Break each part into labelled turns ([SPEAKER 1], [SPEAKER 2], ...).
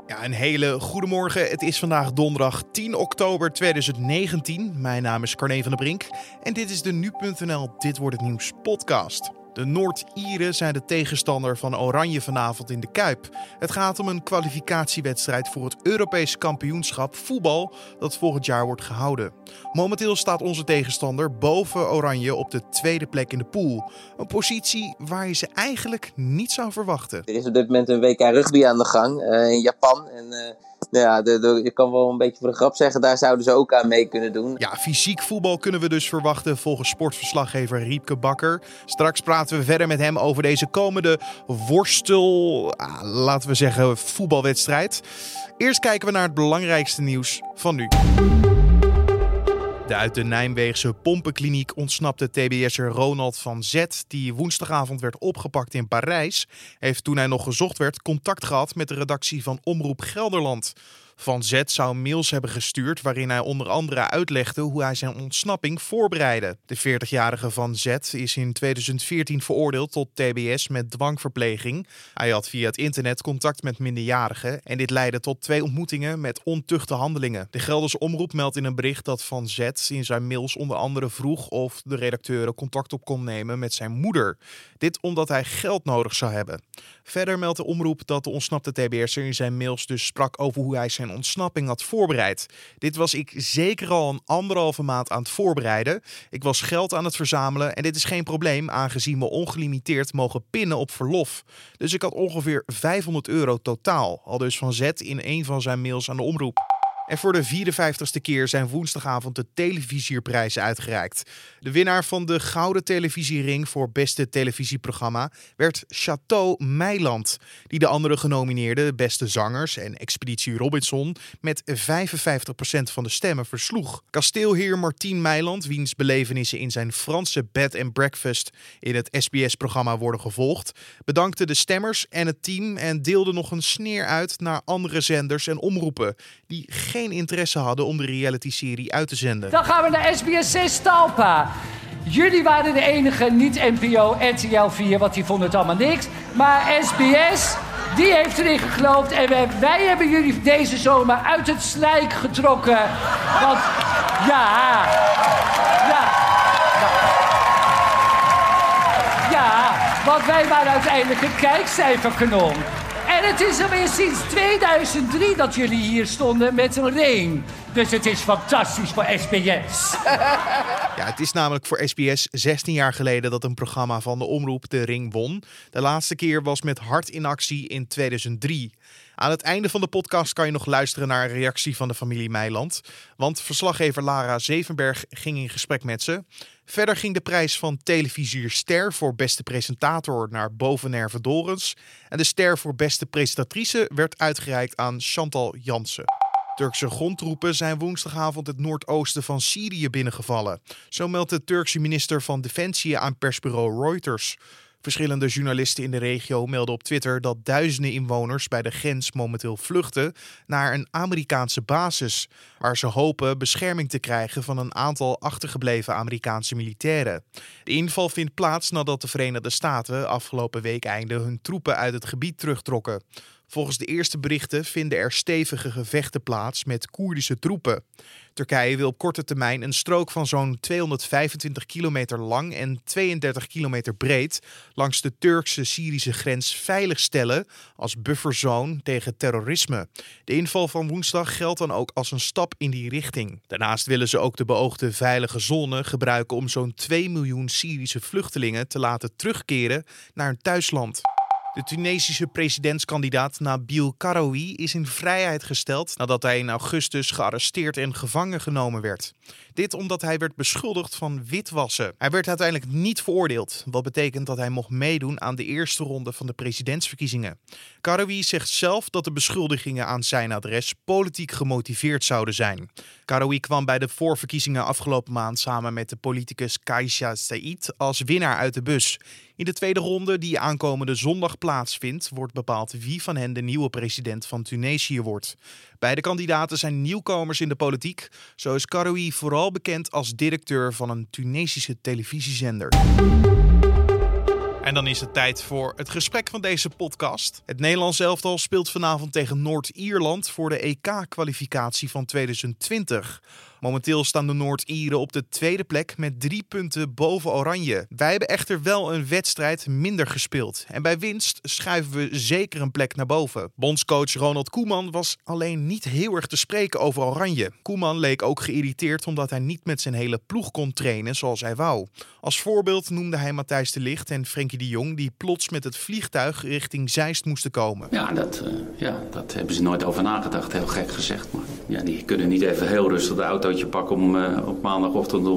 [SPEAKER 1] Ja, een hele goede morgen. Het is vandaag donderdag 10 oktober 2019. Mijn naam is Carne van der Brink en dit is de Nu.nl Dit Wordt Het Nieuws podcast. De Noord-Ieren zijn de tegenstander van Oranje vanavond in de Kuip. Het gaat om een kwalificatiewedstrijd voor het Europees kampioenschap voetbal dat volgend jaar wordt gehouden. Momenteel staat onze tegenstander boven Oranje op de tweede plek in de pool. Een positie waar je ze eigenlijk niet zou verwachten.
[SPEAKER 2] Er is op dit moment een WK rugby aan de gang in Japan. En je kan wel een beetje voor de grap zeggen, daar zouden ze ook aan mee kunnen doen.
[SPEAKER 1] Ja, fysiek voetbal kunnen we dus verwachten volgens sportverslaggever Riepke Bakker. Straks praten we verder met hem over deze komende laten we zeggen, voetbalwedstrijd. Eerst kijken we naar het belangrijkste nieuws van nu. De uit de Nijmeegse pompenkliniek ontsnapte TBS'er Ronald van Zet, die woensdagavond werd opgepakt in Parijs, heeft toen hij nog gezocht werd contact gehad met de redactie van Omroep Gelderland. Van Zet zou mails hebben gestuurd waarin hij onder andere uitlegde hoe hij zijn ontsnapping voorbereidde. De 40-jarige Van Zet is in 2014 veroordeeld tot TBS met dwangverpleging. Hij had via het internet contact met minderjarigen en dit leidde tot 2 ontmoetingen met ontuchte handelingen. De Gelderse Omroep meldt in een bericht dat Van Zet in zijn mails onder andere vroeg of de redacteuren contact op kon nemen met zijn moeder. Dit omdat hij geld nodig zou hebben. Verder meldt de omroep dat de ontsnapte TBS'er in zijn mails dus sprak over hoe hij zijn ontsnapping had voorbereid. Dit was ik zeker al een 1,5 maand aan het voorbereiden. Ik was geld aan het verzamelen en dit is geen probleem aangezien we ongelimiteerd mogen pinnen op verlof. Dus ik had ongeveer €500 totaal, aldus Van Zet in een van zijn mails aan de omroep. En voor de 54ste keer zijn woensdagavond de Televizierprijzen uitgereikt. De winnaar van de Gouden Televisiering voor beste televisieprogramma werd Château Meiland, die de andere genomineerden Beste Zangers en Expeditie Robinson met 55% van de stemmen versloeg. Kasteelheer Martien Meiland, wiens belevenissen in zijn Franse bed and breakfast in het SBS-programma worden gevolgd, bedankte de stemmers en het team en deelde nog een sneer uit naar andere zenders en omroepen die geen interesse hadden om de realityserie uit te zenden.
[SPEAKER 3] Dan gaan we naar SBS 6 Talpa. Jullie waren de enige niet-NPO RTL 4, want die vonden het allemaal niks. Maar SBS, die heeft erin geloofd en wij hebben jullie deze zomer uit het slijk getrokken. Want want wij waren uiteindelijk een kijkcijferkanon. En het is alweer sinds 2003 dat jullie hier stonden met een ring. Dus het is fantastisch voor SBS.
[SPEAKER 1] Ja, het is namelijk voor SBS 16 jaar geleden dat een programma van de omroep de ring won. De laatste keer was met Hart in Actie in 2003. Aan het einde van de podcast kan je nog luisteren naar een reactie van de familie Meiland. Want verslaggever Lara Zevenberg ging in gesprek met ze. Verder ging de prijs van Televisier Ster voor beste presentator naar Bovenerve Dorens. En de ster voor beste presentatrice werd uitgereikt aan Chantal Jansen. Turkse grondtroepen zijn woensdagavond het noordoosten van Syrië binnengevallen. Zo meldt de Turkse minister van Defensie aan persbureau Reuters. Verschillende journalisten in de regio melden op Twitter dat duizenden inwoners bij de grens momenteel vluchten naar een Amerikaanse basis, waar ze hopen bescherming te krijgen van een aantal achtergebleven Amerikaanse militairen. De inval vindt plaats nadat de Verenigde Staten afgelopen weekeinde hun troepen uit het gebied terugtrokken. Volgens de eerste berichten vinden er stevige gevechten plaats met Koerdische troepen. Turkije wil op korte termijn een strook van zo'n 225 kilometer lang en 32 kilometer breed langs de Turkse-Syrische grens veiligstellen als bufferzone tegen terrorisme. De inval van woensdag geldt dan ook als een stap in die richting. Daarnaast willen ze ook de beoogde veilige zone gebruiken om zo'n 2 miljoen Syrische vluchtelingen te laten terugkeren naar hun thuisland. De Tunesische presidentskandidaat Nabil Karoui is in vrijheid gesteld nadat hij in augustus gearresteerd en gevangen genomen werd. Dit omdat hij werd beschuldigd van witwassen. Hij werd uiteindelijk niet veroordeeld, wat betekent dat hij mocht meedoen aan de eerste ronde van de presidentsverkiezingen. Karoui zegt zelf dat de beschuldigingen aan zijn adres politiek gemotiveerd zouden zijn. Karoui kwam bij de voorverkiezingen afgelopen maand samen met de politicus Kaïssa Said als winnaar uit de bus. In de tweede ronde, die aankomende zondag plaatsvindt, wordt bepaald wie van hen de nieuwe president van Tunesië wordt. Beide kandidaten zijn nieuwkomers in de politiek. Zo is Karoui vooral bekend als directeur van een Tunesische televisiezender. En dan is het tijd voor het gesprek van deze podcast. Het Nederlands elftal speelt vanavond tegen Noord-Ierland voor de EK-kwalificatie van 2020. Momenteel staan de Noord-Ieren op de tweede plek met 3 punten boven Oranje. Wij hebben echter wel een wedstrijd minder gespeeld. En bij winst schuiven we zeker een plek naar boven. Bondscoach Ronald Koeman was alleen niet heel erg te spreken over Oranje. Koeman leek ook geïrriteerd omdat hij niet met zijn hele ploeg kon trainen zoals hij wou. Als voorbeeld noemde hij Matthijs de Ligt en Frenkie de Jong die plots met het vliegtuig richting Zeist moesten komen.
[SPEAKER 4] Ja, dat hebben ze nooit over nagedacht, heel gek gezegd. Maar ja, die kunnen niet even heel rustig de autootje pakken om op maandagochtend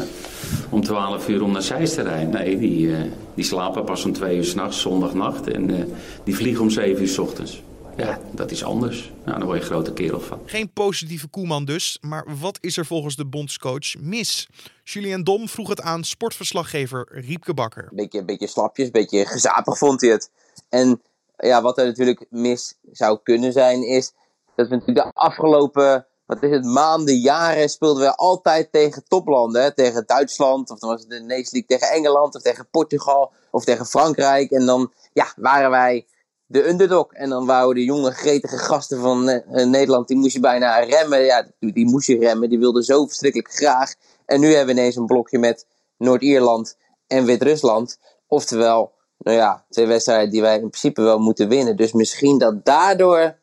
[SPEAKER 4] om 12 uur om naar Zeist te rijden. Nee, die slapen pas om 2 uur 's nachts, zondagnacht. En die vliegen om 7 uur 's ochtends. Ja, dat is anders. Nou, daar word je een grote kerel van.
[SPEAKER 1] Geen positieve Koeman dus, maar wat is er volgens de bondscoach mis? Julien Dom vroeg het aan sportverslaggever Riepke Bakker.
[SPEAKER 2] Een beetje slapjes, een beetje gezapig vond hij het. En ja, wat er natuurlijk mis zou kunnen zijn is dat we natuurlijk de afgelopen maanden, jaren speelden we altijd tegen toplanden. Hè? Tegen Duitsland, of dan was het de Nations League tegen Engeland, of tegen Portugal, of tegen Frankrijk. En dan waren wij de underdog. En dan wouden de jonge, gretige gasten van Nederland, die moest je bijna remmen. Ja, die moest je remmen, die wilden zo verschrikkelijk graag. En nu hebben we ineens een blokje met Noord-Ierland en Wit-Rusland. Oftewel, 2 wedstrijden die wij in principe wel moeten winnen. Dus misschien dat daardoor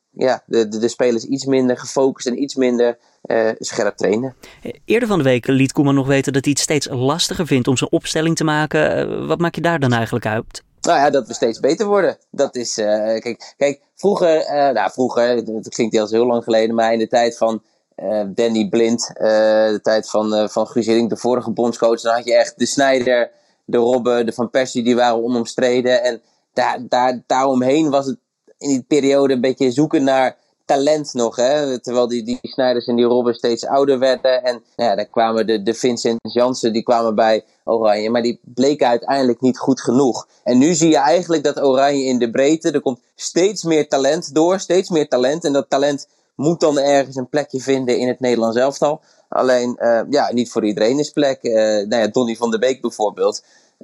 [SPEAKER 2] de spelers iets minder gefocust en iets minder scherp trainen.
[SPEAKER 5] Eerder van de week liet Koeman nog weten dat hij het steeds lastiger vindt om zijn opstelling te maken. Wat maak je daar dan eigenlijk uit?
[SPEAKER 2] Nou ja, dat we steeds beter worden. Dat is, kijk, vroeger, dat klinkt heel lang geleden, maar in de tijd van Danny Blind, de tijd van Guus Hiddink, de vorige bondscoach, dan had je echt de Sneijder, de Robben, de Van Persie, die waren onomstreden. En daaromheen was het in die periode een beetje zoeken naar talent nog, hè? Terwijl die Sneijers en die Robben steeds ouder werden. En daar kwamen de Vincent Janssen, die kwamen bij Oranje. Maar die bleken uiteindelijk niet goed genoeg. En nu zie je eigenlijk dat Oranje in de breedte, er komt steeds meer talent door, steeds meer talent. En dat talent moet dan ergens een plekje vinden in het Nederlands elftal. Alleen, niet voor iedereen is plek. Donny van der Beek bijvoorbeeld.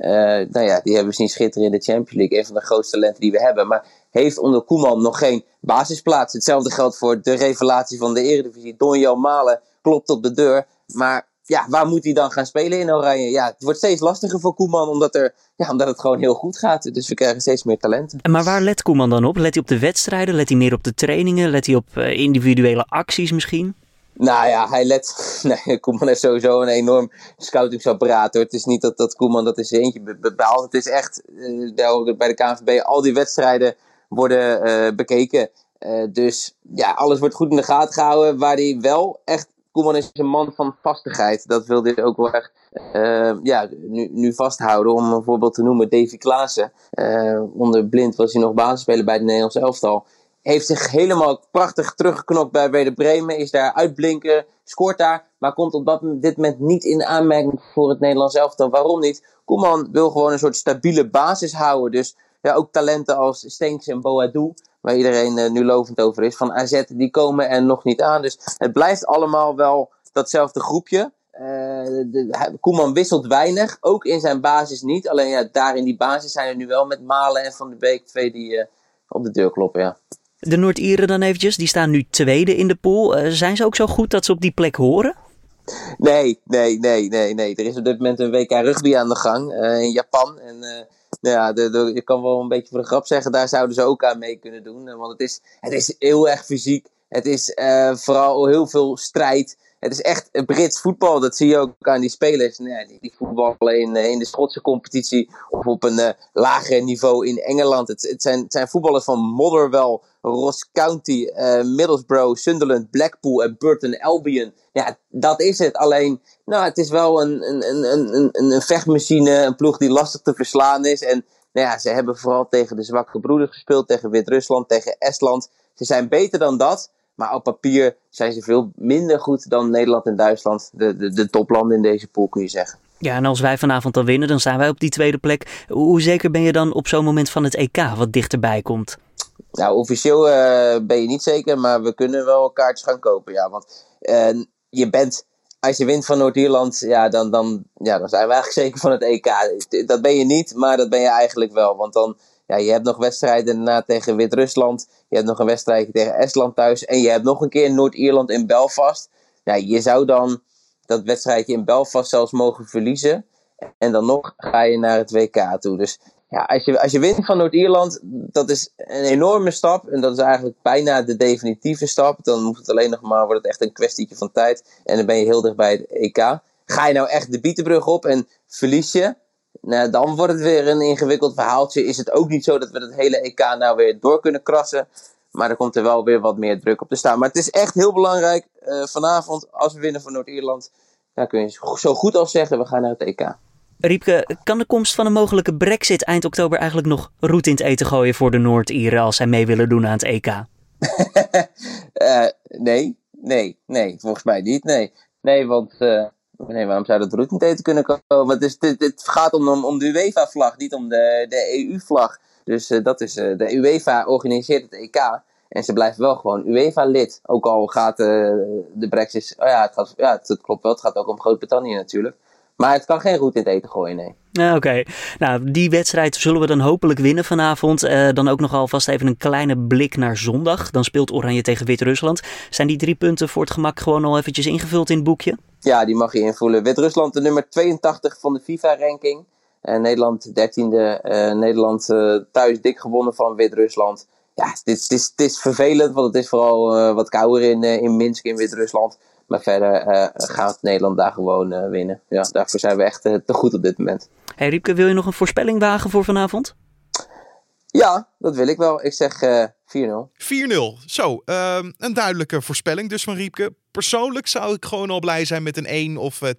[SPEAKER 2] Die hebben we zien schitteren in de Champions League. Een van de grootste talenten die we hebben. Maar heeft onder Koeman nog geen basisplaats. Hetzelfde geldt voor de revelatie van de Eredivisie. Donjan Malen klopt op de deur. Maar waar moet hij dan gaan spelen in Oranje? Ja, het wordt steeds lastiger voor Koeman. Omdat het gewoon heel goed gaat. Dus we krijgen steeds meer talenten.
[SPEAKER 5] Maar waar let Koeman dan op? Let hij op de wedstrijden? Let hij meer op de trainingen? Let hij op individuele acties misschien?
[SPEAKER 2] Nou ja, Koeman heeft sowieso een enorm scoutingsapparaat, hoor. Het is niet dat Koeman dat in zijn eentje bepaalt. Het is echt, bij de KNVB, al die wedstrijden worden bekeken. Dus alles wordt goed in de gaten gehouden. Waar hij wel echt, Koeman is een man van vastigheid. Dat wil hij ook wel echt nu vasthouden. Om een voorbeeld te noemen, Davy Klaassen. Onder Blind was hij nog basisspeler bij het Nederlands elftal. Heeft zich helemaal prachtig teruggeknokt bij Werder Bremen. Is daar uitblinken, scoort daar. Maar komt op dit moment niet in aanmerking voor het Nederlands elftal. Waarom niet? Koeman wil gewoon een soort stabiele basis houden. Dus ook talenten als Stenks en Boadou, waar iedereen nu lovend over is, van AZ, die komen er nog niet aan. Dus het blijft allemaal wel datzelfde groepje. Koeman wisselt weinig, ook in zijn basis niet. Alleen daar in die basis zijn er nu wel met Malen en Van der Beek 2 die op de deur kloppen, ja.
[SPEAKER 5] De Noord-Ieren dan eventjes, die staan nu tweede in de pool. Zijn ze ook zo goed dat ze op die plek horen?
[SPEAKER 2] Nee. Er is op dit moment een WK rugby aan de gang in Japan. En je kan wel een beetje voor de grap zeggen, daar zouden ze ook aan mee kunnen doen. Want het is heel erg fysiek. Het is vooral heel veel strijd. Het is echt Brits voetbal. Dat zie je ook aan die spelers. Die voetballen in de Schotse competitie of op een lager niveau in Engeland. Het zijn voetballers van Motherwell, Ross County, Middlesbrough, Sunderland, Blackpool en Burton Albion. Ja, dat is het. Alleen, het is wel een vechtmachine, een ploeg die lastig te verslaan is. En ze hebben vooral tegen de zwakke broeders gespeeld, tegen Wit-Rusland, tegen Estland. Ze zijn beter dan dat. Maar op papier zijn ze veel minder goed dan Nederland en Duitsland. De toplanden in deze pool, kun je zeggen.
[SPEAKER 5] Ja, en als wij vanavond dan winnen, dan staan wij op die tweede plek. Hoe zeker ben je dan op zo'n moment van het EK wat dichterbij komt?
[SPEAKER 2] Nou, officieel ben je niet zeker, maar we kunnen wel kaartjes gaan kopen. Ja, want je bent als je wint van Noord-Ierland, dan zijn we eigenlijk zeker van het EK. Dat ben je niet, maar dat ben je eigenlijk wel. Want dan, je hebt nog wedstrijden daarna tegen Wit-Rusland. Je hebt nog een wedstrijdje tegen Estland thuis. En je hebt nog een keer Noord-Ierland in Belfast. Je zou dan dat wedstrijdje in Belfast zelfs mogen verliezen. En dan nog ga je naar het WK toe. Dus als je wint van Noord-Ierland, dat is een enorme stap. En dat is eigenlijk bijna de definitieve stap. Dan moet het alleen nog maar, wordt het echt een kwestietje van tijd. En dan ben je heel dicht bij het EK. Ga je nou echt de Bietenbrug op en verlies je? Dan wordt het weer een ingewikkeld verhaaltje. Is het ook niet zo dat we het hele EK nou weer door kunnen krassen. Maar er komt er wel weer wat meer druk op te staan. Maar het is echt heel belangrijk. Vanavond, als we winnen van Noord-Ierland, dan kun je zo goed als zeggen, we gaan naar het EK.
[SPEAKER 5] Riepke, kan de komst van een mogelijke Brexit eind oktober eigenlijk nog roet in het eten gooien voor de Noord-Ieren als zij mee willen doen aan het EK?
[SPEAKER 2] Nee, volgens mij niet. Nee, want waarom zou dat roet in het eten kunnen komen? Het gaat om de UEFA-vlag, niet om de EU-vlag. Dus de UEFA organiseert het EK. En ze blijven wel gewoon UEFA-lid. Ook al gaat de Brexit... het klopt wel. Het gaat ook om Groot-Brittannië natuurlijk. Maar het kan geen roet in het eten gooien, nee.
[SPEAKER 5] Oké. Nou, die wedstrijd zullen we dan hopelijk winnen vanavond. Dan ook nog alvast even een kleine blik naar zondag. Dan speelt Oranje tegen Wit-Rusland. Zijn die 3 punten voor het gemak gewoon al eventjes ingevuld in het boekje?
[SPEAKER 2] Ja, die mag je invullen. Wit-Rusland de nummer 82 van de FIFA-ranking. Nederland 13e. Nederland thuis dik gewonnen van Wit-Rusland. Ja, het is vervelend, want het is vooral wat kouder in Minsk in Wit-Rusland. Maar verder gaat Nederland daar gewoon winnen. Ja, daarvoor zijn we echt te goed op dit moment.
[SPEAKER 5] Hey Riepke, wil je nog een voorspelling wagen voor vanavond?
[SPEAKER 2] Ja, dat wil ik wel. Ik zeg 4-0.
[SPEAKER 1] 4-0. Zo, een duidelijke voorspelling dus van Riepke. Persoonlijk zou ik gewoon al blij zijn met een 1 of 2-0.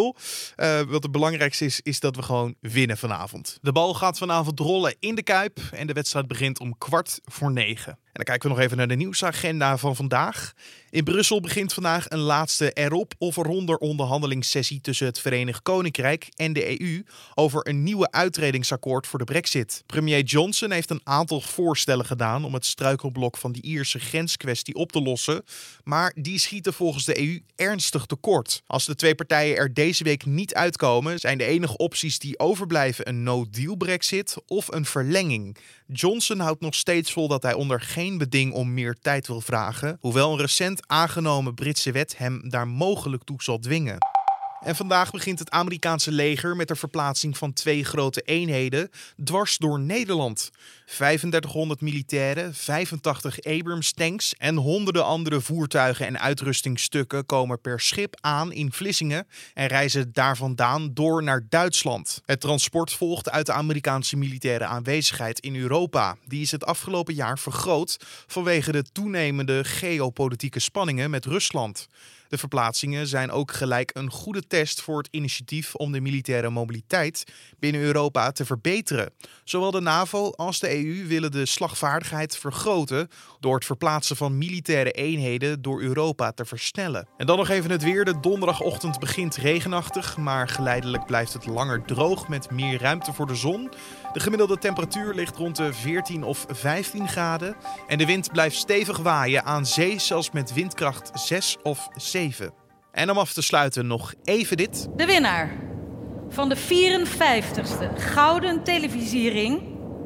[SPEAKER 1] Wat het belangrijkste is dat we gewoon winnen vanavond. De bal gaat vanavond rollen in de Kuip en de wedstrijd begint om 8:45. En dan kijken we nog even naar de nieuwsagenda van vandaag. In Brussel begint vandaag een laatste erop of eronder onderhandelingssessie tussen het Verenigd Koninkrijk en de EU over een nieuwe uitredingsakkoord voor de Brexit. Premier Johnson heeft een aantal voorstellen gedaan om het struikelblok van die Ierse grenskwestie op te lossen, maar die schieten volgens de EU ernstig tekort. Als de twee partijen er deze week niet uitkomen, zijn de enige opties die overblijven een no-deal Brexit of een verlenging. Johnson houdt nog steeds vol dat hij onder geen beding om meer tijd wil vragen, hoewel een recent aangenomen Britse wet hem daar mogelijk toe zal dwingen. En vandaag begint het Amerikaanse leger met de verplaatsing van 2 grote eenheden dwars door Nederland. 3500 militairen, 85 Abrams tanks en honderden andere voertuigen en uitrustingstukken komen per schip aan in Vlissingen en reizen daar vandaan door naar Duitsland. Het transport volgt uit de Amerikaanse militaire aanwezigheid in Europa. Die is het afgelopen jaar vergroot vanwege de toenemende geopolitieke spanningen met Rusland. De verplaatsingen zijn ook gelijk een goede test voor het initiatief om de militaire mobiliteit binnen Europa te verbeteren. Zowel de NAVO als de EU willen de slagvaardigheid vergroten door het verplaatsen van militaire eenheden door Europa te versnellen. En dan nog even het weer. De donderdagochtend begint regenachtig, maar geleidelijk blijft het langer droog met meer ruimte voor de zon. De gemiddelde temperatuur ligt rond de 14 of 15 graden en de wind blijft stevig waaien, aan zee zelfs met windkracht 6 of 7. En om af te sluiten nog even dit.
[SPEAKER 6] De winnaar van de 54ste Gouden Televisiering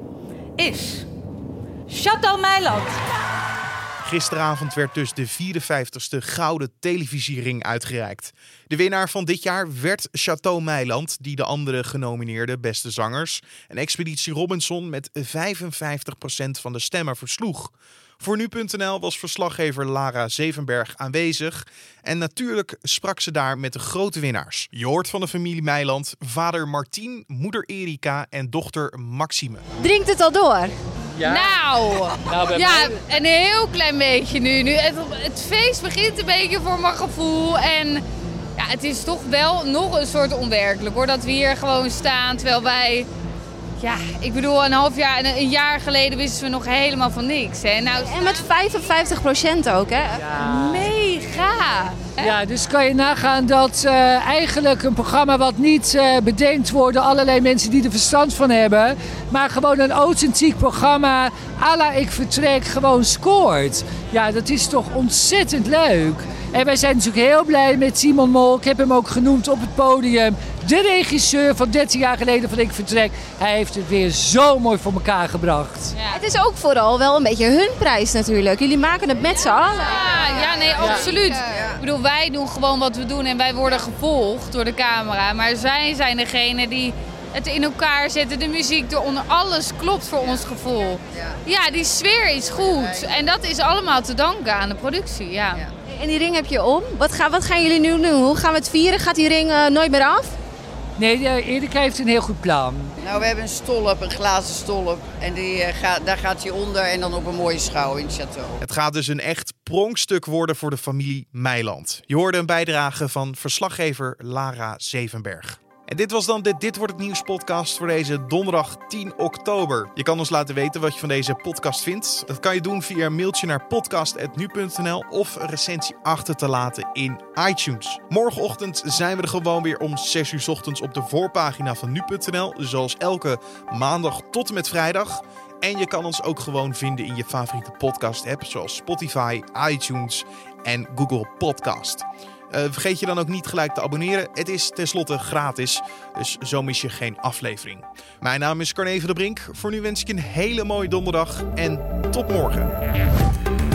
[SPEAKER 6] is Château Meiland.
[SPEAKER 1] Gisteravond werd dus de 54ste Gouden Televisiering uitgereikt. De winnaar van dit jaar werd Château Meiland, die de andere genomineerde beste zangers en Expeditie Robinson met 55% van de stemmen versloeg. Voor Nu.nl was verslaggever Lara Zevenberg aanwezig en natuurlijk sprak ze daar met de grote winnaars. Je hoort van de familie Meiland, vader Martien, moeder Erika en dochter Maxime.
[SPEAKER 7] Drinkt het al door?
[SPEAKER 8] Ja.
[SPEAKER 7] Nou
[SPEAKER 8] ja,
[SPEAKER 7] een heel klein beetje nu. Het feest begint een beetje voor mijn gevoel en ja, het is toch wel nog een soort onwerkelijk hoor, dat we hier gewoon staan terwijl wij Ja, ik bedoel, een jaar geleden wisten we nog helemaal van niks. Hè? Nou,
[SPEAKER 8] En met 55% ook, hè?
[SPEAKER 3] Ja.
[SPEAKER 7] mega.
[SPEAKER 3] Ja, dus kan je nagaan dat eigenlijk een programma wat niet bedenkt wordt door allerlei mensen die er verstand van hebben, maar gewoon een authentiek programma à la Ik Vertrek gewoon scoort. Ja, dat is toch ontzettend leuk. En wij zijn natuurlijk heel blij met Simon Mol. Ik heb hem ook genoemd op het podium. De regisseur van 13 jaar geleden van Ik Vertrek. Hij heeft het weer zo mooi voor elkaar gebracht.
[SPEAKER 7] Ja.
[SPEAKER 8] Het is ook vooral wel een beetje hun prijs natuurlijk. Jullie maken het met z'n allen.
[SPEAKER 7] Nee, absoluut. Ik bedoel, wij doen gewoon wat we doen en wij worden gevolgd door de camera. Maar zij zijn degene die het in elkaar zetten, de muziek eronder. Alles klopt voor ons gevoel. Ja, die sfeer is goed. En dat is allemaal te danken aan de productie, ja.
[SPEAKER 8] En die ring heb je om. Wat gaan jullie nu doen? Hoe gaan we het vieren? Gaat die ring nooit meer af?
[SPEAKER 3] Nee, Erik heeft een heel goed plan.
[SPEAKER 9] Nou, we hebben een stolp, een glazen stolp. En daar gaat hij onder en dan op een mooie schouw in het château.
[SPEAKER 1] Het gaat dus een echt pronkstuk worden voor de familie Meiland. Je hoorde een bijdrage van verslaggever Lara Zevenberg. En dit was dan de Dit Wordt Het Nieuws podcast voor deze donderdag 10 oktober. Je kan ons laten weten wat je van deze podcast vindt. Dat kan je doen via een mailtje naar podcast@nu.nl of een recensie achter te laten in iTunes. Morgenochtend zijn we er gewoon weer om 6 uur 's ochtends op de voorpagina van nu.nl. Zoals elke maandag tot en met vrijdag. En je kan ons ook gewoon vinden in je favoriete podcast app zoals Spotify, iTunes en Google Podcast. Vergeet je dan ook niet gelijk te abonneren. Het is tenslotte gratis, dus zo mis je geen aflevering. Mijn naam is Carne van der Brink. Voor nu wens ik je een hele mooie donderdag en tot morgen.